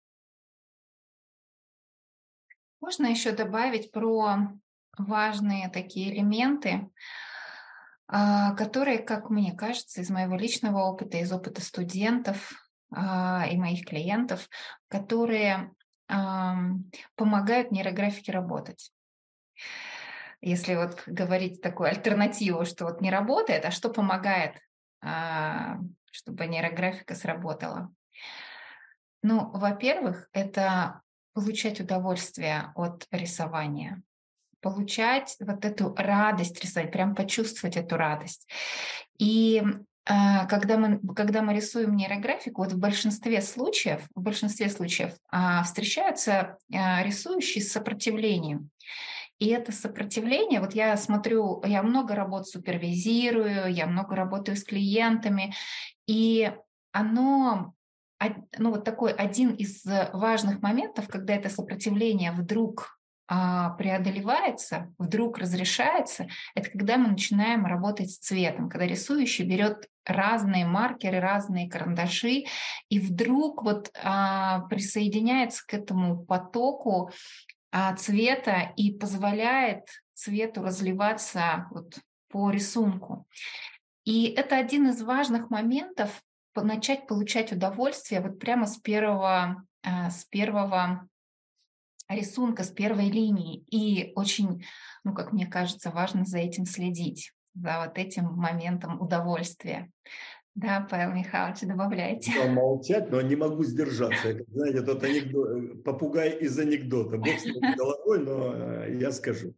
Можно еще добавить про важные такие элементы, которые, как мне кажется, из моего личного опыта, из опыта студентов и моих клиентов, которые помогают нейрографике работать. Если вот говорить такую альтернативу, что вот не работает, а что помогает, чтобы нейрографика сработала? Ну, во-первых, это получать удовольствие от рисования, получать вот эту радость рисовать, прям почувствовать эту радость. И э, когда, мы, когда мы рисуем нейрографику, вот в большинстве случаев, в большинстве случаев э, встречаются э, рисующие с сопротивлением. И это сопротивление, вот я смотрю, я много работ супервизирую, я много работаю с клиентами, и оно ну, вот такой один из важных моментов, когда это сопротивление вдруг преодолевается, вдруг разрешается, это когда мы начинаем работать с цветом, когда рисующий берет разные маркеры, разные карандаши, и вдруг вот а, присоединяется к этому потоку а, цвета и позволяет цвету разливаться вот по рисунку. И это один из важных моментов начать получать удовольствие вот прямо с первого, а, с первого рисунка, с первой линии. И очень, ну, как мне кажется, важно за этим следить, за вот этим моментом удовольствия. Да, Павел Михайлович, добавляйте. Я молчать, но не могу сдержаться. Это, знаете, тот анекдот, попугай из анекдота. Бог с ним головой, но я скажу.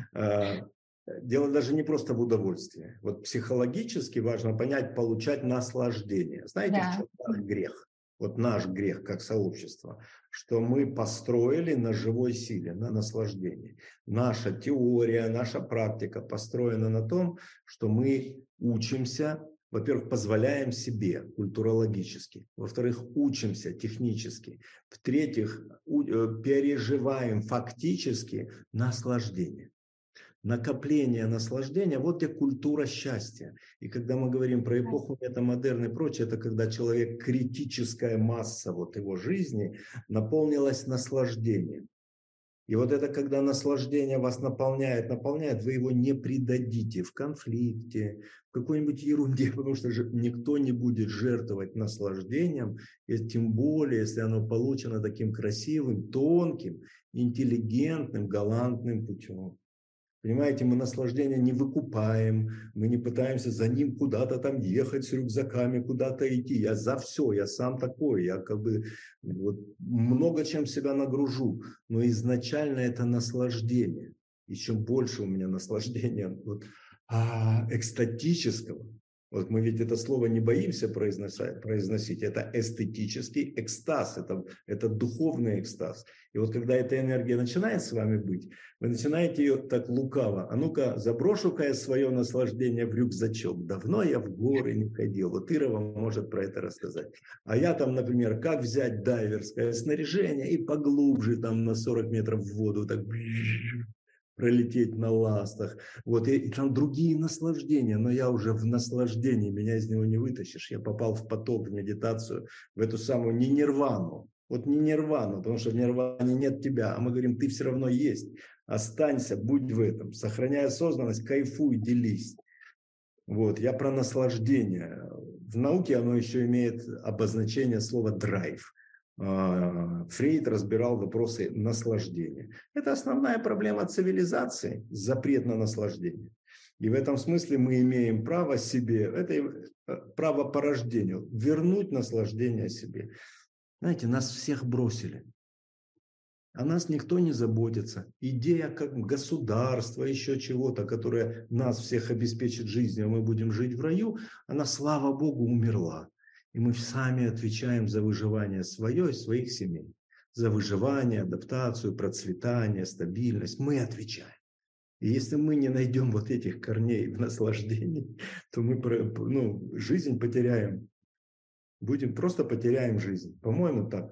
Дело даже не просто в удовольствии. Вот психологически важно понять, получать наслаждение. Знаете, да. В чем наш грех? Вот наш грех как сообщество, что мы построили на живой силе, на наслаждении. Наша теория, наша практика построена на том, что мы учимся, во-первых, позволяем себе культурологически, во-вторых, учимся технически, в-третьих, переживаем фактически наслаждение. Накопление наслаждения, вот и культура счастья. И когда мы говорим про эпоху метамодерн и прочее, это когда человек, критическая масса вот его жизни наполнилась наслаждением. И вот это, когда наслаждение вас наполняет, наполняет, вы его не предадите в конфликте, в какой-нибудь ерунде, потому что же никто не будет жертвовать наслаждением, и тем более, если оно получено таким красивым, тонким, интеллигентным, галантным путем. Понимаете, мы наслаждение не выкупаем, мы не пытаемся за ним куда-то там ехать с рюкзаками, куда-то идти. Я за все, я сам такой, я как бы вот, много чем себя нагружу. Но изначально это наслаждение. И чем больше у меня наслаждения вот, а, экстатического, вот мы ведь это слово не боимся произносить, это эстетический экстаз, это, это духовный экстаз. И вот когда эта энергия начинает с вами быть, вы начинаете ее так лукаво. А ну-ка, заброшу-ка я свое наслаждение в рюкзачок. Давно я в горы не ходил. Вот Ира вам может про это рассказать. А я там, например, как взять дайверское снаряжение и поглубже там на сорок метров в воду так пролететь на ластах. Вот, и, и там другие наслаждения, но я уже в наслаждении, меня из него не вытащишь. Я попал в поток, в медитацию, в эту самую не нирвану. Вот не нирвану, потому что в нирване нет тебя, а мы говорим, ты все равно есть. Останься, будь в этом, сохраняй осознанность, кайфуй, делись. Вот, я про наслаждение. В науке оно еще имеет обозначение слова драйв. Фрейд разбирал вопросы наслаждения. Это основная проблема цивилизации, запрет на наслаждение. И в этом смысле мы имеем право себе, это право по рождению, вернуть наслаждение себе. Знаете, нас всех бросили. О нас никто не заботится. Идея как государства, еще чего-то, которое нас всех обеспечит жизнью, а мы будем жить в раю, она, слава Богу, умерла. И мы сами отвечаем за выживание свое и своих семей. За выживание, адаптацию, процветание, стабильность. Мы отвечаем. И если мы не найдем вот этих корней в наслаждении, то мы ну, жизнь потеряем. Будем просто потеряем жизнь. По-моему, так.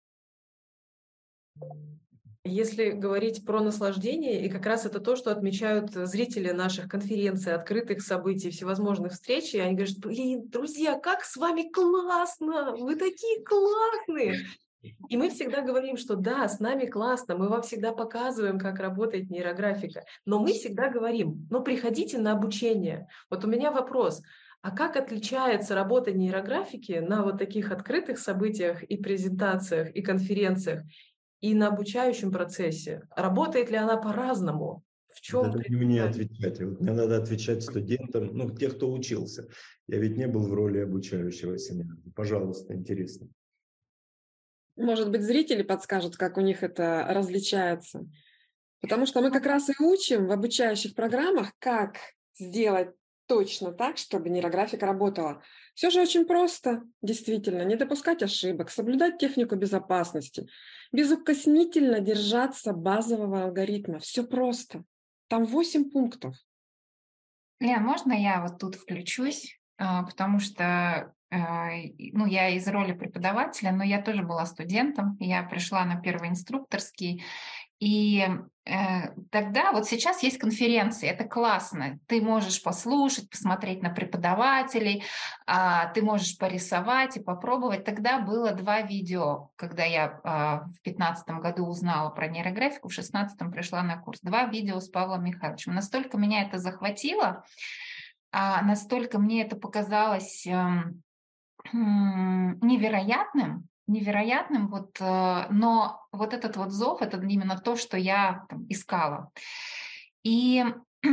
Если говорить про наслаждение, и как раз это то, что отмечают зрители наших конференций, открытых событий, всевозможных встреч, и они говорят, блин, друзья, как с вами классно, вы такие классные. И мы всегда говорим, что да, с нами классно, мы вам всегда показываем, как работает нейрографика, но мы всегда говорим, ну приходите на обучение. Вот у меня вопрос, а как отличается работа нейрографики на вот таких открытых событиях и презентациях, и конференциях, и на обучающем процессе? Работает ли она по-разному? В чем? Надо мне отвечать. Вот мне надо отвечать студентам, ну, тех, кто учился. Я ведь не был в роли обучающего семинара. Пожалуйста, интересно. Может быть, зрители подскажут, как у них это различается. Потому что мы как раз и учим в обучающих программах, как сделать точно так, чтобы нейрографика работала. Все же очень просто, действительно, не допускать ошибок, соблюдать технику безопасности, безукоснительно держаться базового алгоритма. Все просто. Там восемь пунктов. Лен, можно я вот тут включусь? Потому что ну, я из роли преподавателя, но я тоже была студентом, я пришла на первый инструкторский, и э, тогда, вот сейчас есть конференции, это классно, ты можешь послушать, посмотреть на преподавателей, а, ты можешь порисовать и попробовать. Тогда было два видео, когда я а, в пятнадцатом году узнала про нейрографику, в шестнадцатом пришла на курс, два видео с Павлом Михайловичем. Настолько меня это захватило, а, настолько мне это показалось э, э, невероятным, невероятным, вот, но вот этот вот зов, это именно то, что я там искала. И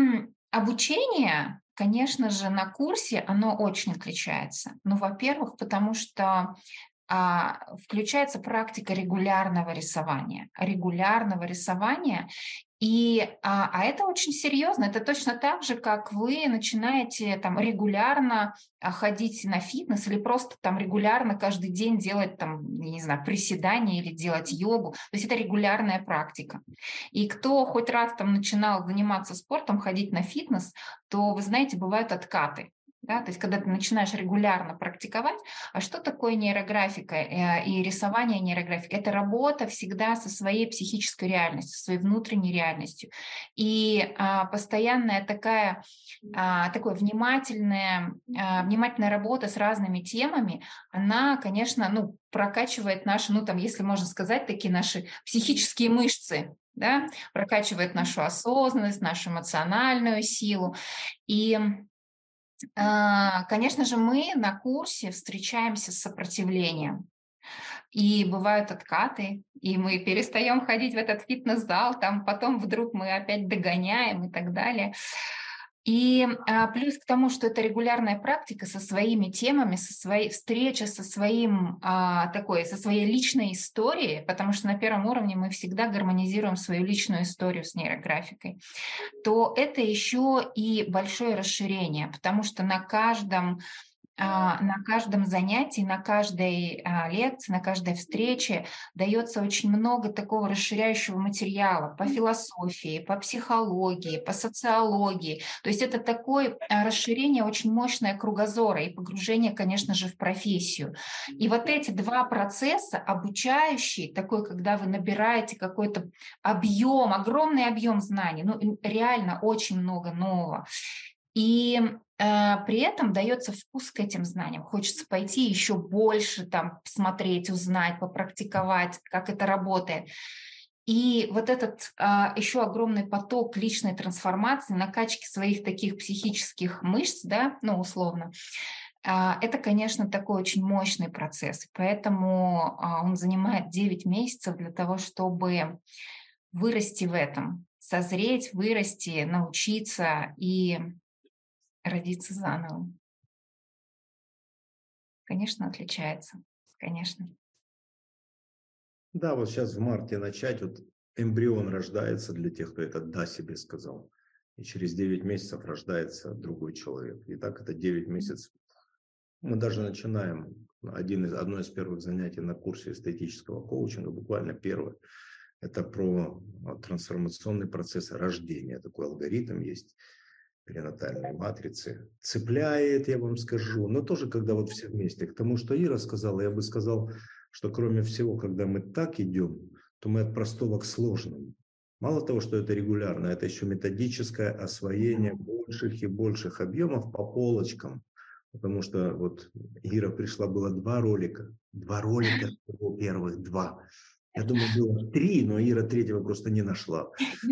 обучение, конечно же, на курсе, оно очень отличается. Ну, во-первых, потому что а, включается практика регулярного рисования. Регулярного рисования. И, а, а это очень серьезно. Это точно так же, как вы начинаете там регулярно ходить на фитнес или просто там регулярно каждый день делать там, не знаю, приседания или делать йогу. То есть это регулярная практика. И кто хоть раз там начинал заниматься спортом, ходить на фитнес, то, вы знаете, бывают откаты. Да, то есть, когда ты начинаешь регулярно практиковать, а что такое нейрографика и рисование нейрографики? Это работа всегда со своей психической реальностью, со своей внутренней реальностью. И а, постоянная такая, а, такое внимательная, а, внимательная работа с разными темами, она, конечно, ну, прокачивает наши, ну, там, если можно сказать, такие наши психические мышцы, да, прокачивает нашу осознанность, нашу эмоциональную силу. И конечно же, мы на курсе встречаемся с сопротивлением. И бывают откаты, и мы перестаем ходить в этот фитнес-зал, там потом вдруг мы опять догоняем и так далее. И а, плюс к тому, что это регулярная практика со своими темами, со своей встреча со своим а, такой, со своей личной историей, потому что на первом уровне мы всегда гармонизируем свою личную историю с нейрографикой, то это еще и большое расширение, потому что на каждом на каждом занятии, на каждой лекции, на каждой встрече дается очень много такого расширяющего материала по философии, по психологии, по социологии. То есть это такое расширение очень мощное кругозора и погружение, конечно же, в профессию. И вот эти два процесса, обучающие, такой, когда вы набираете какой-то объем, огромный объем знаний, ну реально очень много нового, и э, при этом дается вкус к этим знаниям. Хочется пойти еще больше там посмотреть, узнать, попрактиковать, как это работает. И вот этот э, еще огромный поток личной трансформации, накачки своих таких психических мышц, да, ну условно, э, это, конечно, такой очень мощный процесс. Поэтому э, он занимает девять месяцев для того, чтобы вырасти в этом, созреть, вырасти, научиться и родиться заново. Конечно, отличается. Конечно. Да, вот сейчас в марте начать, вот эмбрион рождается для тех, кто это «да» себе сказал. И через девять месяцев рождается другой человек. И так это девять месяцев. Мы даже начинаем один из, одно из первых занятий на курсе эстетического коучинга, буквально первое. Это про трансформационный процесс рождения. Такой алгоритм есть. Перинатальной матрицы. Цепляет, я вам скажу, но тоже когда вот все вместе. К тому, что Ира сказала, я бы сказал, что кроме всего, когда мы так идем, то мы от простого к сложному. Мало того, что это регулярно, это еще методическое освоение больших и больших объемов по полочкам. Потому что вот Ира пришла, было два ролика. Два ролика, первых два. Я думаю, было три, но Ира третьего просто не нашла.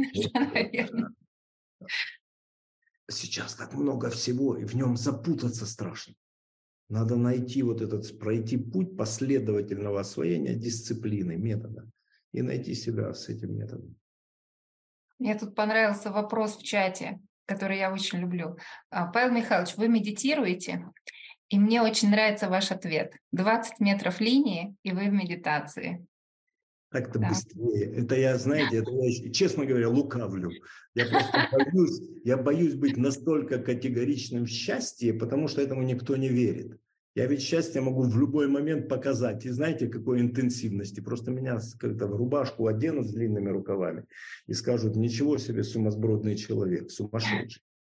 Сейчас так много всего, и в нем запутаться страшно. Надо найти вот этот, пройти путь последовательного освоения дисциплины, метода, и найти себя с этим методом. Мне тут понравился вопрос в чате, который я очень люблю. Павел Михайлович, вы медитируете? И мне очень нравится ваш ответ. двадцать метров линии, и вы в медитации. Так-то да. быстрее. Это я, знаете, это я, честно говоря, лукавлю. Я просто боюсь, я боюсь быть настолько категоричным в счастье, потому что этому никто не верит. Я ведь счастье могу в любой момент показать. И знаете, какой интенсивности. Просто меня как-то в рубашку оденут с длинными рукавами и скажут: ничего себе, сумасбродный человек, сумасшедший.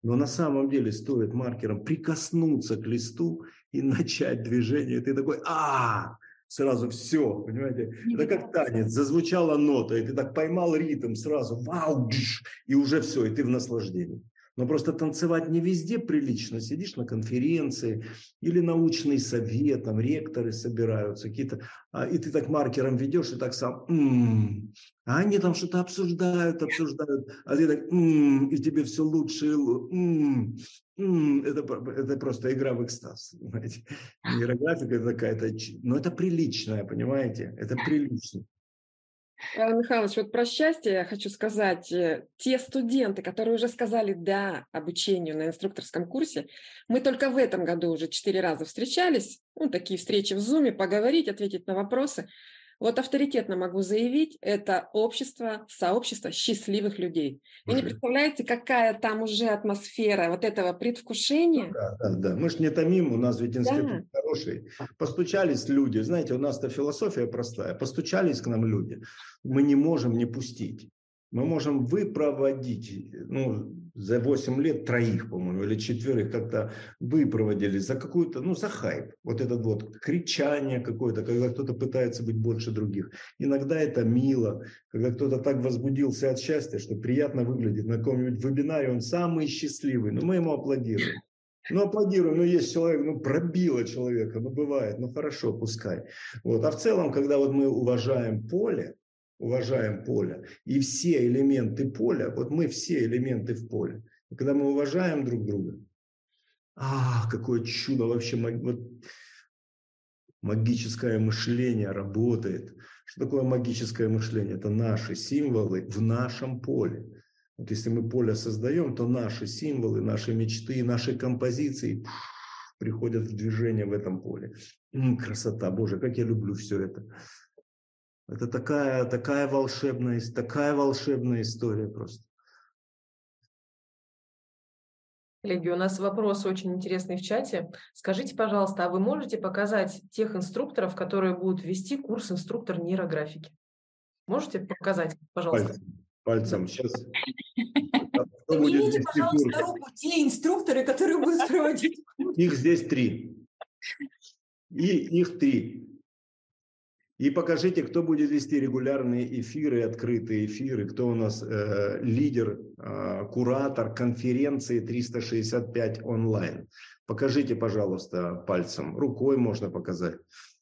Но на самом деле стоит маркером прикоснуться к листу и начать движение. И ты такой, а сразу все, понимаете? Это как танец, зазвучала нота, и ты так поймал ритм сразу, вау, и уже все, и ты в наслаждении. Но просто танцевать не везде прилично. Сидишь на конференции или научный совет, там ректоры собираются, какие-то, а, и ты так маркером ведешь, и так сам, м-м-м. А они там что-то обсуждают, обсуждают, а ты так, м-м-м, и тебе все лучше и лучше. М-м-м. Это, это просто игра в экстаз, понимаете? Нейрографика это какая-то, но это приличная, понимаете? Это прилично. Павел Михайлович, вот про счастье я хочу сказать. Те студенты, которые уже сказали «да» обучению на инструкторском курсе, мы только в этом году уже четыре раза встречались, ну, такие встречи в Zoom, поговорить, ответить на вопросы. Вот авторитетно могу заявить, это общество, сообщество счастливых людей. Вы не представляете, какая там уже атмосфера вот этого предвкушения? Ну, да, да, да. Мы ж не томим, у нас ведь институт да. хороший. Постучались люди, знаете, у нас-то философия простая. Постучались к нам люди, мы не можем не пустить. Мы можем выпроводить, ну, за восемь лет троих, по-моему, или четверых как-то выпроводили за какую-то, ну, за хайп. Вот это вот кричание какое-то, когда кто-то пытается быть больше других. Иногда это мило, когда кто-то так возбудился от счастья, что приятно выглядит на каком-нибудь вебинаре, он самый счастливый, но мы ему аплодируем. Ну, аплодируем, ну, есть человек, ну, пробило человека, ну, бывает, ну, хорошо, пускай. Вот. А в целом, когда вот мы уважаем поле, уважаем поле и все элементы поля, вот мы все элементы в поле, и когда мы уважаем друг друга, а, какое чудо вообще, вот, магическое мышление работает. Что такое магическое мышление? Это наши символы в нашем поле. Вот если мы поле создаем, то наши символы, наши мечты, наши композиции пш, приходят в движение в этом поле. М, красота, Боже, как я люблю все это. Это такая, такая волшебная, такая волшебная история просто. Коллеги, у нас вопрос очень интересный в чате. Скажите, пожалуйста, а вы можете показать тех инструкторов, которые будут вести курс инструктор нейрографики? Можете показать, пожалуйста? Пальцем, пальцем. Сейчас. Поднимите, пожалуйста, руку те инструкторы, которые будут проводить курс. Их здесь три. И их три. И покажите, кто будет вести регулярные эфиры, открытые эфиры, кто у нас э, лидер, э, куратор конференции триста шестьдесят пять онлайн. Покажите, пожалуйста, пальцем. Рукой можно показать.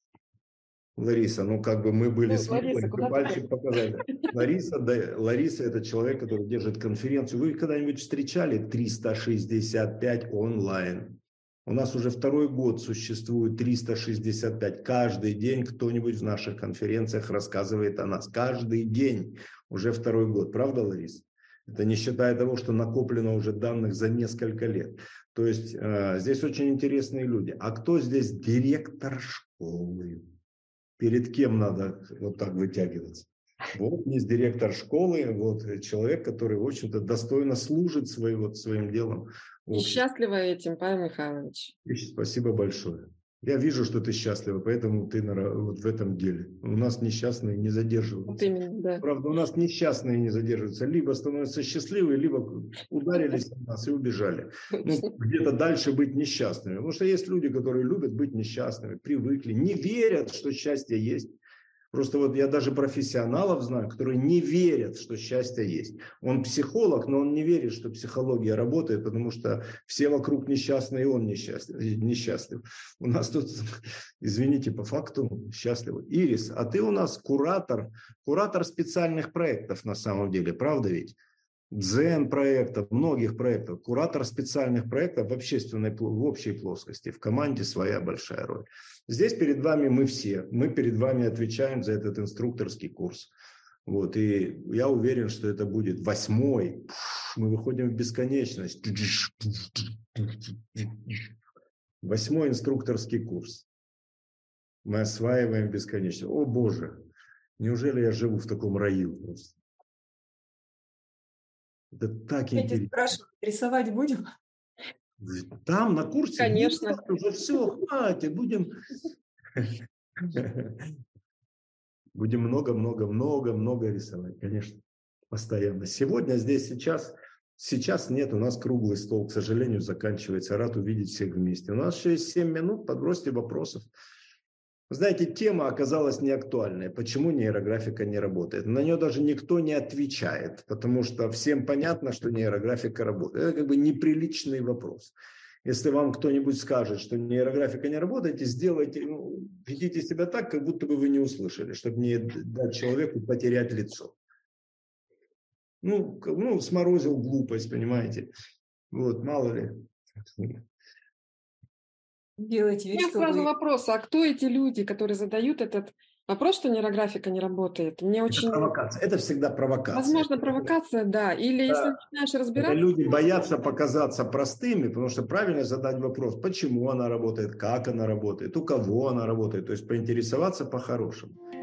Лариса, ну как бы мы были ну, с Лариса, Микой, пальчик показали. Лариса, да, Лариса это человек, который держит конференцию. Вы когда-нибудь встречали триста шестьдесят пять онлайн? У нас уже второй год существует триста шестьдесят пять. Каждый день кто-нибудь в наших конференциях рассказывает о нас. Каждый день. Уже второй год. Правда, Лариса? Это не считая того, что накоплено уже данных за несколько лет. То есть э, здесь очень интересные люди. А кто здесь директор школы? Перед кем надо вот так вытягиваться? Вот есть директор школы, вот человек, который, в общем-то, достойно служит своим, вот, своим делом. И счастлива этим, Павел Михайлович. Спасибо большое. Я вижу, что ты счастлива, поэтому ты вот в этом деле. У нас несчастные не задерживаются. Вот именно, да. Правда, у нас несчастные не задерживаются. Либо становятся счастливые, либо ударились от нас и убежали. Ну, где-то дальше быть несчастными. Потому что есть люди, которые любят быть несчастными, привыкли, не верят, что счастье есть. Просто вот я даже профессионалов знаю, которые не верят, что счастье есть. Он психолог, но он не верит, что психология работает, потому что все вокруг несчастные, и он несчастлив. несчастлив. У нас тут, извините, по факту счастливы. Ирис, а ты у нас куратор, куратор специальных проектов на самом деле, правда ведь? Дзен-проектов, многих проектов, куратор специальных проектов в общественной, в общей плоскости, в команде своя большая роль. Здесь перед вами мы все, мы перед вами отвечаем за этот инструкторский курс. Вот, и я уверен, что это будет восьмой, мы выходим в бесконечность. Восьмой инструкторский курс. Мы осваиваем бесконечность. О боже, неужели я живу в таком раю просто? Это так Я интересно. Спрашиваю, рисовать будем? Там на курсе? Конечно. Нет, уже все, хватит, будем... Будем много-много-много-много рисовать, конечно, постоянно. Сегодня, здесь, сейчас Сейчас нет, у нас круглый стол, к сожалению, заканчивается. Рад увидеть всех вместе. У нас еще есть семь минут, подбросьте вопросов. Знаете, тема оказалась неактуальной. Почему нейрографика не работает? На нее даже никто не отвечает, потому что всем понятно, что нейрографика работает. Это как бы неприличный вопрос. Если вам кто-нибудь скажет, что нейрографика не работает, сделайте, ну, ведите себя так, как будто бы вы не услышали, чтобы не дать человеку потерять лицо. Ну, ну, сморозил глупость, понимаете. Вот, мало ли. Делайте У вид, меня что сразу вы... вопрос, а кто эти люди, которые задают этот вопрос, что нейрографика не работает? Мне Это очень... провокация. Это всегда провокация. Возможно, провокация, да. Или если Да. начинаешь Это разбираться... люди боятся показаться простыми, потому что правильно задать вопрос, почему она работает, как она работает, у кого она работает, то есть поинтересоваться по-хорошему.